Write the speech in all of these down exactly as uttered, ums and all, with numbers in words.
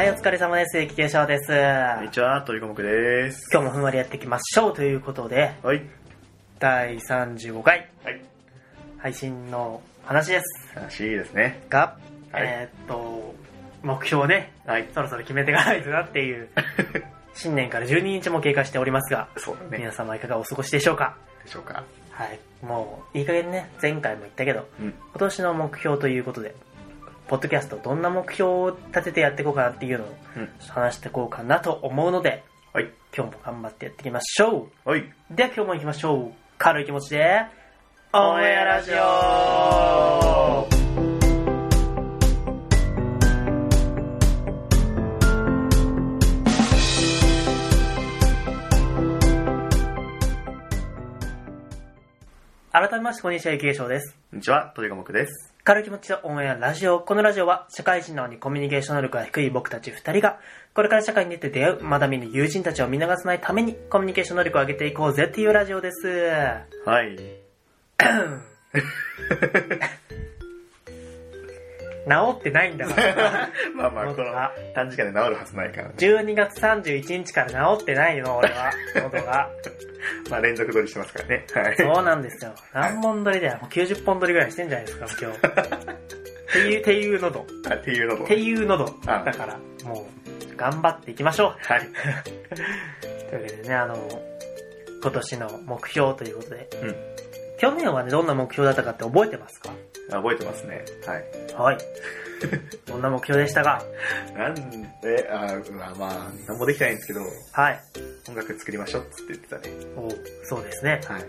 はい、お疲れ様です。駅継承です。 こんにちは、鳥五目です。 今日もふんわりやっていきましょうということで、 はい。 だいさんじゅうごかい、 はい。 配信の話です。 話ですね。 が、 はい、 えー、っと、目標ね、はい、そろそろ決めていかないとなっていう、新年からじゅうににちも経過しておりますが、 そうだね。 皆様いかがお過ごしでしょうかでしょうか。 はい。もう、いい加減ね、前回も言ったけど、うん、今年の目標ということで、ポッドキャストどんな目標を立ててやっていこうかなっていうのを話していこうかなと思うので、はい、今日も頑張ってやっていきましょう。はい。では今日も行きましょう。軽い気持ちで、オンエアラジオ。改めましてこんにちは、ゆきげしょうです。 こんにちは、鳥五目です。 軽い気持ちでオンエアラジオ。このラジオは社会人なのにコミュニケーション能力が低い僕たち二人がこれから社会に出て出会うまだ見ぬ友人たちを見逃さないためにコミュニケーション能力を上げていこうぜっていうラジオです。 はい。 治ってないんだからまあまあこの短時間で治るはずないから、ね、 じゅうにがつさんじゅういちにちから治ってないの俺は喉がまあ連続撮りしてますからね、はい、 そうなんですよ。何本撮りだよ、もうきゅうじゅっぽん撮りぐらいしてんじゃないですか今日っていうっていう喉あっていう喉っていう喉だからもう頑張っていきましょう。 はいというわけでね、あの今年の目標ということで、うん、去年はねどんな目標だったかって覚えてますか？ 覚えてますね。はい。 はい。どんな目標でしたか？ なんで、あまあまあ、なんもできてないんですけど、 はい。 音楽作りましょうって言ってたね。 おそうですね。 はい。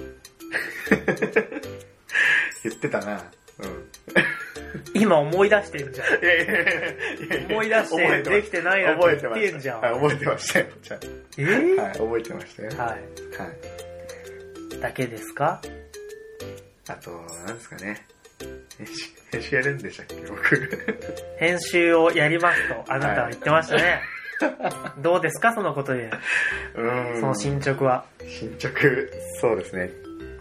言ってたな。うん。 今思い出してるじゃん。いやいやいや思い出してできてないなって言ってんじゃん。 はい、覚えてましたよ。じゃあえー、 はい、覚えてましたよ。 はい。はい。だけですか？ あと、なんですかね。編集、編集やるんでしたっけ僕編集をやりますとあなたは言ってましたね、はい、どうですかそのことで。うーん、その進捗は。 進捗、そうですね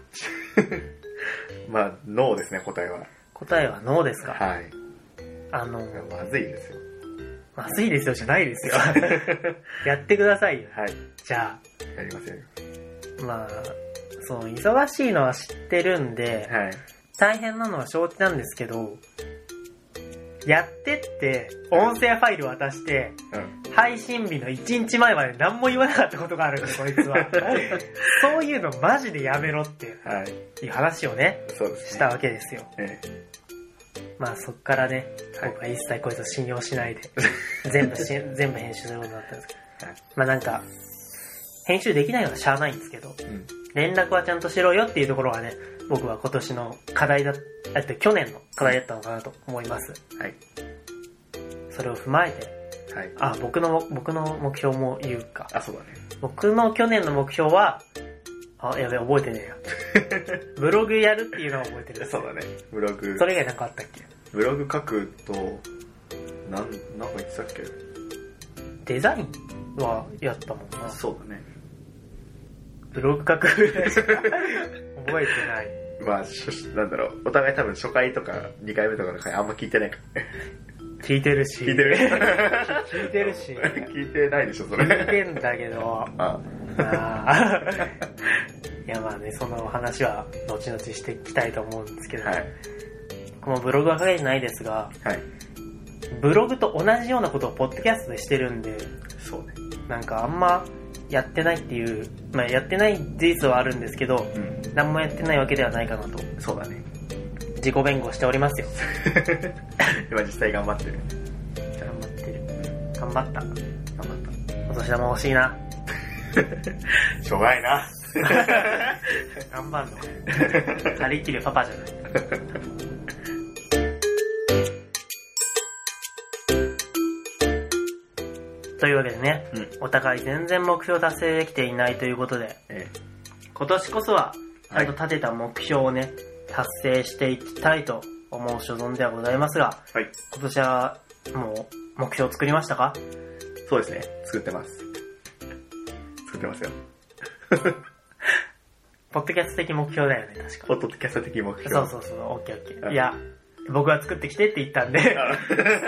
まあノーですね。答えは答えはノーですか？ はい。 あのまずいですよ。 まずいですよじゃないですよやってくださいよ。 はい。 じゃあやりますよ。 まあそう忙しいのは知ってるんで、はい、大変なのは承知なんですけど、やってって音声ファイル渡して、うん、配信日のいちにちまえまで何も言わなかったことがあるんでこいつはそういうのマジでやめろっていう話をね、はい、ねしたわけですよ、ええ、まあそっからね、はい、僕は一切こいつを信用しないで全部し全部編集することになったんですけど、はい、まあなんか編集できないのはしゃあないんですけど、うん、連絡はちゃんとしろよっていうところがね、僕は今年の課題だった、去年の課題だったのかなと思います。はい。それを踏まえて、はい。あ、僕の、僕の目標も言うか。 あ、そうだね。 僕の去年の目標は、あ、やべえ、覚えてねえや。ブログやるっていうのは覚えてる。 そうだね。ブログ。 それ以外なんかあったっけ？ ブログ書くと、なん、なんか言ってたっけ？ デザインはやったもんな。 そうだね。 ブログ書くぐらいしか覚えてない。 まあ、なんだろう、お互い多分初回とかにかいめとかの回あんま聞いてないからね。 聞いてるし。 聞いてる聞いてるし。 聞いてないでしょ、それ。 聞いてんだけど。ああいやまあね、その話は後々していきたいと思うんですけど、はい、このブログは書いてないですが、はい、ブログと同じようなことをポッドキャストでしてるんで、 そうね。 なんかあんま、やってないっていう、まあやってない事実はあるんですけど、うん、何もやってないわけではないかなと。 そうだね。 自己弁護しておりますよ。 今実際頑張ってる。 頑張ってる。頑張った。頑張った。 お年玉欲しいな。 しょうがないな。 頑張んの。張り切るパパじゃない。というわけでね、うん、お互い全然目標達成できていないということで、ええ、今年こそはちゃんと立てた目標をね、はい、達成していきたいと思う所存ではございますが、はい、今年はもう目標作りましたか？ そうですね、作ってます。作ってますよ。 ポッドキャスト的目標だよね、確か。 ポッドキャスト的目標。 そうそうそう、オッケーオッケー。いや、僕は作ってきてって言ったんで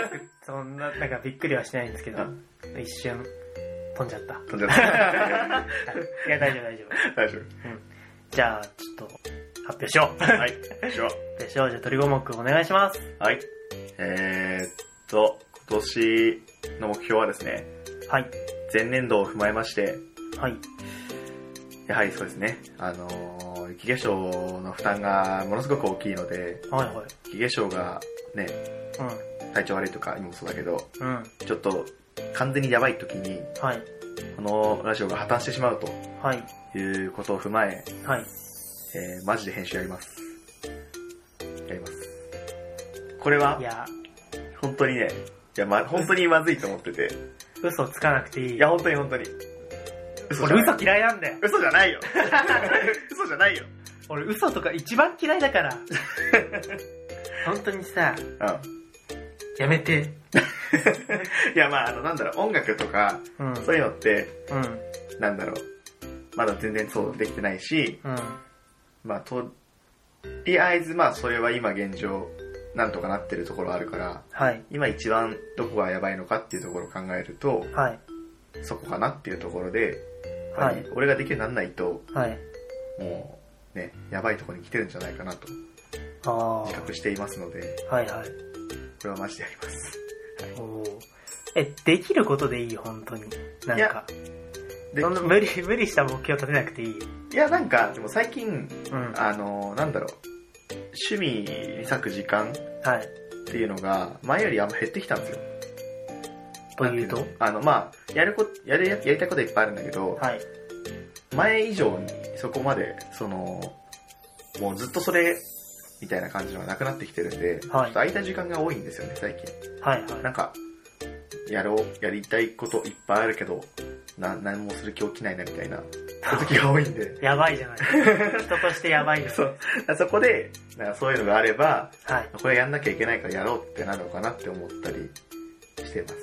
そんな、なんかびっくりはしてないんですけど、一瞬、飛んじゃった。 飛んじゃった。 いや、大丈夫、大丈夫。 大丈夫。 うん。じゃあ、ちょっと、発表しよう。 はい。しよう。 発表しよう。じゃあ、鳥五目お願いします。 はい。えーっと、今年の目標はですね、 はい。 前年度を踏まえまして、 はい。 やはりそうですね、あのー、雪化粧の負担がものすごく大きいので、 はいはい。 雪化粧がね、 うん。 体調悪いとかにもそうだけど、 うん。 ちょっと完全にやばい時に、 はい。 このラジオが破綻してしまうと、 はい。 いうことを踏まえ、 はい。 えー、マジで編集やります。やります。これは、 いや、 本当にね、いや、ま、本当にまずいと思ってて。 嘘つかなくていい。 いや、本当に本当に。 嘘俺嘘嫌いなんだよ。 嘘じゃないよ。嘘じゃないよ。 俺嘘とか一番嫌いだから。本当にさ、 うん。 やめて。 いや、まあ、あの、なんだろう、音楽とか、 うん、 そういうのって、 うん、 なんだろう、まだ全然そうできてないし、 うん、 まあ、とりあえず、まあ、それは今現状、なんとかなってるところあるから、 はい、 今一番どこがやばいのかっていうところを考えると、 はい、 そこかなっていうところで、 はい、 俺ができるようにならないと、 はい、 もうね、やばいところに来てるんじゃないかなと自覚していますので、 はいはい、 これはマジでやります。 はい、おえ、できることでいい本当に。なんか、そんな無理無理した目標立てなくていい。 いやなんかでも最近、 うん、あのなんだろう。趣味に割く時間っていうのが前よりあんま減ってきたんですよ。 というとあのまあやるこやるやりたいこといっぱいあるんだけど、 はい、 前以上にそこまでそのもうずっとそれみたいな感じのがなくなってきてるんで、はい、ちょっと空いた時間が多いんですよね最近。 はいはい。 なんかやろうやりたいこといっぱいあるけどな何もする気起きないなみたいな時が多いんで。 やばいじゃない。人としてやばいよ。 そう。そこで、なんかそういうのがあれば、 はい、 これやんなきゃいけないからやろうってなるのかなって思ったりしてます。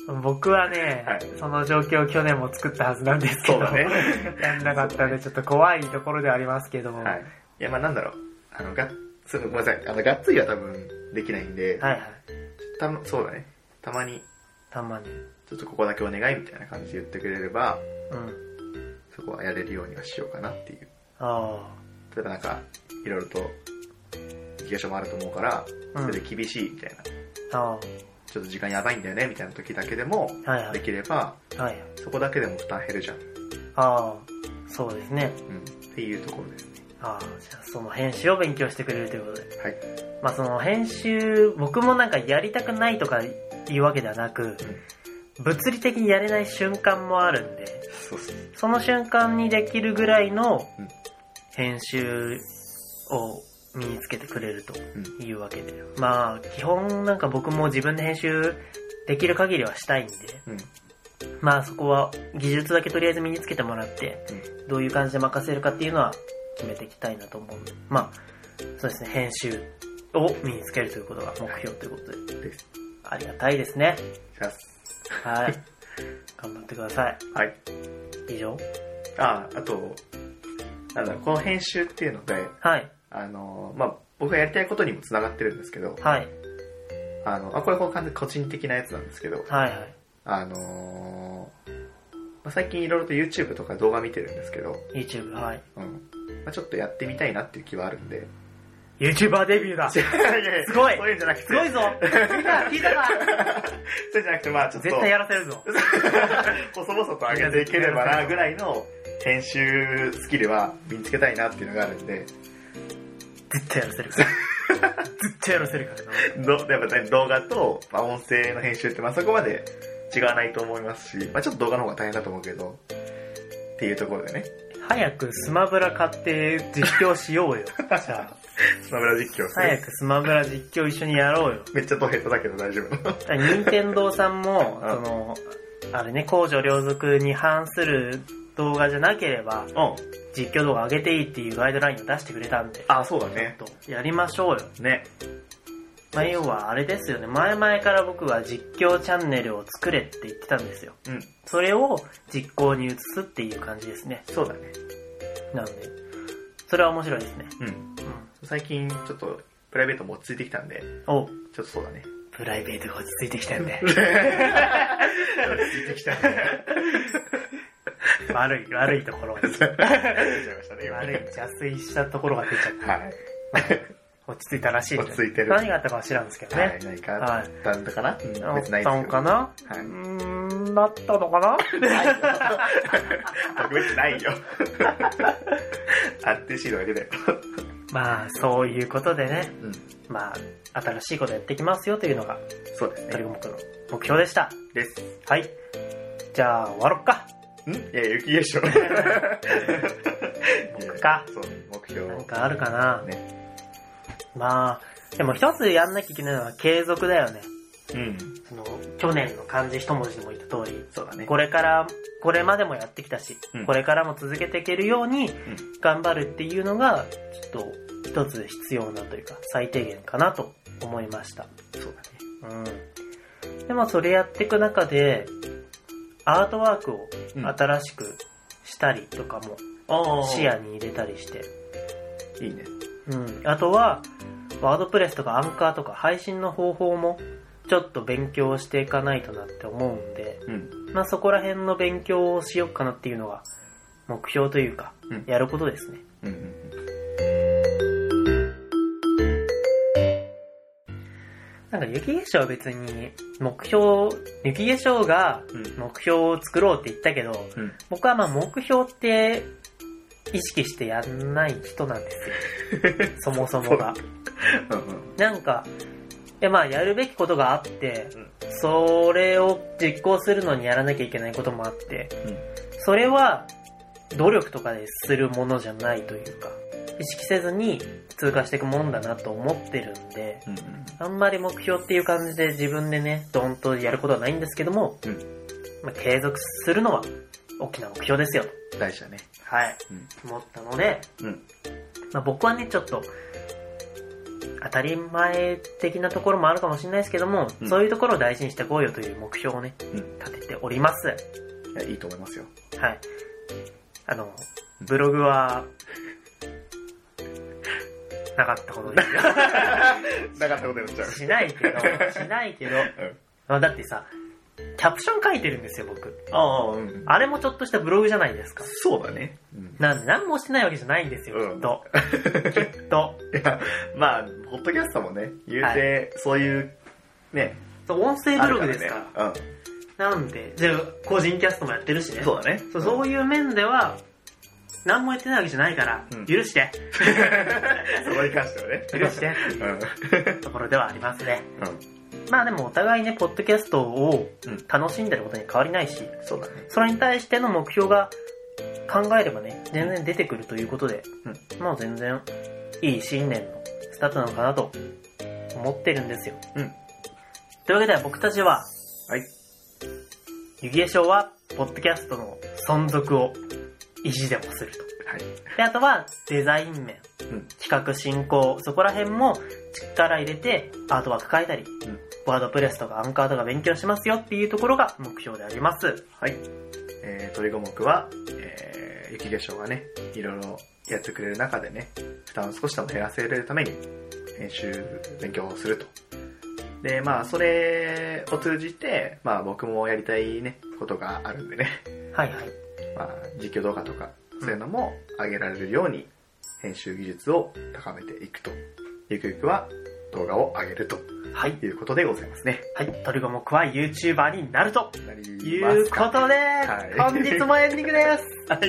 僕はね、はい、その状況を去年も作ったはずなんですけど、ね、やんなかったんでちょっと怖いところではありますけども。 はい。いや、まあなんだろう。あの、がっ、そのごめんなさい。あの、がっつりは多分できないんで、 はいはい。 たそうだね。たまに。 たまに。 ちょっとここだけお願いみたいな感じで言ってくれれば、うん、そこはやれるようにはしようかなっていう。あ例えばなんかいろいろと雪化粧もあると思うから、うん、それで厳しいみたいな、あちょっと時間やばいんだよねみたいな時だけでもできれば、はいはい、そこだけでも負担減るじゃん。 ああそうですね、 うん、っていうところですね。 ああじゃあその編集を勉強してくれるということで、 はい、 まあその編集僕もなんかやりたくないとかいうわけではなく、うん物理的にやれない瞬間もあるんで、 そうそうその瞬間にできるぐらいの編集を身につけてくれるというわけで、うん、まあ基本なんか僕も自分で編集できる限りはしたいんで、うん、まあそこは技術だけとりあえず身につけてもらって、うん、どういう感じで任せるかっていうのは決めていきたいなと思うんで、まあそうですね、編集を身につけるということが目標ということで、はい、ありがたいですね。はい。頑張ってください。 はい。 以上？ ああ、あと、なんだろう、この編集っていうので、 はい。 あの、まあ、僕がやりたいことにも繋がってるんですけど、 はい。 あの、あ、これ完全に個人的なやつなんですけど、 はいはい。 あのー、まあ、最近いろいろと YouTube とか動画見てるんですけど、 YouTube、はい。 うん。まあ、ちょっとやってみたいなっていう気はあるんで、 YouTuber デビューだ。 いやいやすごい。 そういうんじゃなくて。 すごいぞ。聞いた、聞いたな。 そうじゃなくて、まあちょっと。 絶対やらせるぞ。 細々と上げていければな、ぐらいの編集スキルは身につけたいなっていうのがあるんで。 絶対やらせるから。絶対やらせるからな。 どやっぱね、動画と、まあ、音声の編集って、まあそこまで違わないと思いますし、まあちょっと動画の方が大変だと思うけど、っていうところでね。 早くスマブラ買って実況しようよ。じゃあ。 スマブラ実況する。 早くスマブラ実況一緒にやろうよ。 めっちゃドヘッドだけど大丈夫。 任天堂さんも、その、あれね、公序良俗に反する動画じゃなければ、うん、実況動画上げていいっていうガイドラインを出してくれたんで。 あ、そうだね。 やりましょうよ。 ね。 まあ、要はあれですよね。前々から僕は実況チャンネルを作れって言ってたんですよ。うん。それを実行に移すっていう感じですね。 そうだね。 なので、それは面白いですね。 うん。うん、最近ちょっとプライベートも落ち着いてきたんで、 おちょっとそうだね。 プライベートが落ち着いてきたんで。 落ち着いてきたんで。 悪い、悪いところが出ちゃいましたね。悪い、邪推したところが出ちゃった。はい。落ち着いたらしい。 落ち着いてる。 何があったかは知らんですけどね。 はい、何かあったんだかな、はい、別にないですけど。あったのかな、はい、うーん、なったのかなないよ。 特別ないよ。安定シードが出たよ。 まあ、そういうことでね。うん、まあ、新しいことやっていきますよというのが、 そうですね。 鳥五目の目標でした。 です。 はい。じゃあ、終わろっか。 んいや、雪化粧。 僕か。 そう、目標。 なんかあるかな。ね。まあ、でも一つやんなきゃいけないのは継続だよね。うん。その、去年の漢字一文字にも言った通り、 そうだね。 これから、これまでもやってきたし、うん、これからも続けていけるように、頑張るっていうのが、ちょっと、一つ必要なというか、最低限かなと思いました。 そうだね。 うん。でもそれやっていく中で、アートワークを新しくしたりとかも、視野に入れたりして。 いいね。 うん。あとは、ワードプレスとかアンカーとか配信の方法もちょっと勉強していかないとなって思うんで、うん、まあそこら辺の勉強をしようかなっていうのが目標というか、うん、やることですね。うんうんうん、なんか雪化粧は別に目標、雪化粧が目標を作ろうって言ったけど、うん、僕はまあ目標って意識してやんない人なんですよ。そもそもが。なんか、いやまあやるべきことがあって、うん、それを実行するのにやらなきゃいけないこともあって、うん、それは努力とかでするものじゃないというか、意識せずに通過していくもんだなと思ってるんで、うんうん、あんまり目標っていう感じで自分でね、ドンとやることはないんですけども、うんまあ、継続するのは大きな目標ですよと。 大事だね。 はい、うん、思ったので、うんまあ、僕はね、ちょっと、当たり前的なところもあるかもしれないですけども、うん、そういうところを大事にしていこうよという目標をね、うん、立てております。 いや、いいと思いますよ。 はい。あの、ブログは、なかったことに。なかったことになっちゃう。 しないけど、しないけど、うん、だってさ、キャプション書いてるんですよ、僕。ああ、うん。あれもちょっとしたブログじゃないですか。 そうだね。 うん、なんで、何もしてないわけじゃないんですよ、うん、きっと。きっと。 いや、まあ、ポッドキャストもね、言うて、はい、そういう、ね。 そう、音声ブログですから。からね、うん。なんで、じゃあ、個人キャストもやってるしね。 そうだね。 そう、そういう面では、何もやってないわけじゃないから、うん、許して。 そこに関してはね。 許してっていうところではありますね。うんまあでもお互いね、ポッドキャストを楽しんでることに変わりないし、 うん、そうだね。 それに対しての目標が考えればね、全然出てくるということで、うん、もう全然いい新年のスタートなのかなと思ってるんですよ。うん。というわけで僕たちは、はい。雪化粧は、ポッドキャストの存続を維持でもすると。はい。で、あとはデザイン面、うん、企画進行、そこら辺も力入れてアートワーク変えたり、うんワードプレスとかアンカーとか勉強しますよっていうところが目標であります。 はい。えー、鳥五目は、えー、雪化粧がね、いろいろやってくれる中でね、負担を少しでも減らせるために、編集、勉強をすると。で、まあ、それを通じて、まあ、僕もやりたいね、ことがあるんでね。 はいはい。 まあ、実況動画とか、そういうのも上げられるように、編集技術を高めていくと。ゆくゆくは動画を上げると。はい。いうことでございますね。 はい。鳥五目は YouTuber になると。なりますか。いうことで、はい、本日もエンディングです。はい。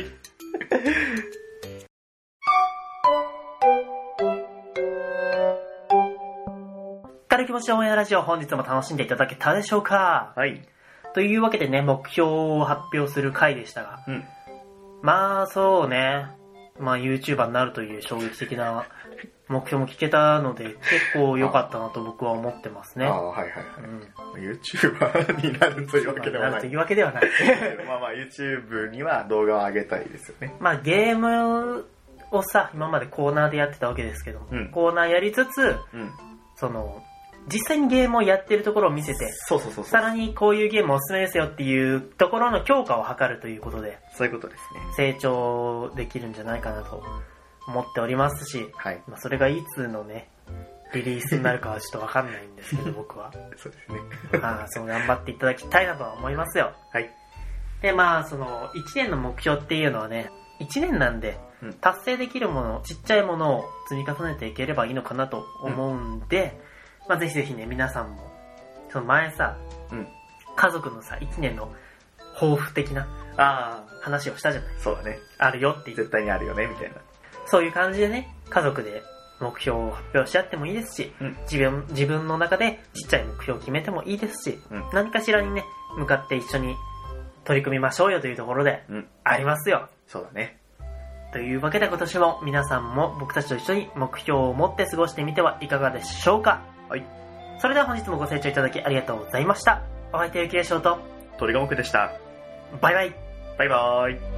軽気持ちのオンエアラジオ、本日も楽しんでいただけたでしょうか。はい。というわけでね、目標を発表する回でしたが。うん。まあ、そうね。まあ、YouTuber になるという衝撃的な目標も聞けたので、結構良かったなと僕は思ってますね。 ああ、はいはいはい。うん、YouTuber になるというわけではない。 なるというわけではない。 まあまあ YouTube には動画を上げたいですよね。 まあゲームをさ、今までコーナーでやってたわけですけども、うん、コーナーやりつつ、うん、その、実際にゲームをやってるところを見せて、 そうそうそうそう。 さらにこういうゲームおすすめですよっていうところの強化を図るということで、 そういうことですね。 成長できるんじゃないかなと思っておりますし、はい。まあそれがいつのね、 リリースになるかはちょっとわかんないんですけど、僕は。 そうですね。 まあ、そう頑張っていただきたいなとは思いますよ。 はい。 で、まあ、その、いちねんの目標っていうのはね、いちねんなんで、うん、達成できるもの、ちっちゃいものを積み重ねていければいいのかなと思うんで、うん、まあ、ぜひぜひね、皆さんも、その前さ、うん、家族のさ、いちねんの抱負的な、ああ、話をしたじゃない。 そうだね。 あるよって絶対にあるよね、みたいな。 そういう感じでね、家族で目標を発表し合ってもいいですし、うん、自分、自分の中でちっちゃい目標を決めてもいいですし、うん、何かしらにね、向かって一緒に取り組みましょうよというところで、ありますよ、うん。 そうだね。 というわけで今年も皆さんも僕たちと一緒に目標を持って過ごしてみてはいかがでしょうか。 はい。 それでは本日もご清聴いただきありがとうございました。お相手はゆきでしょうと、 鳥が僕でした。 バイバイ。 バイバーイ。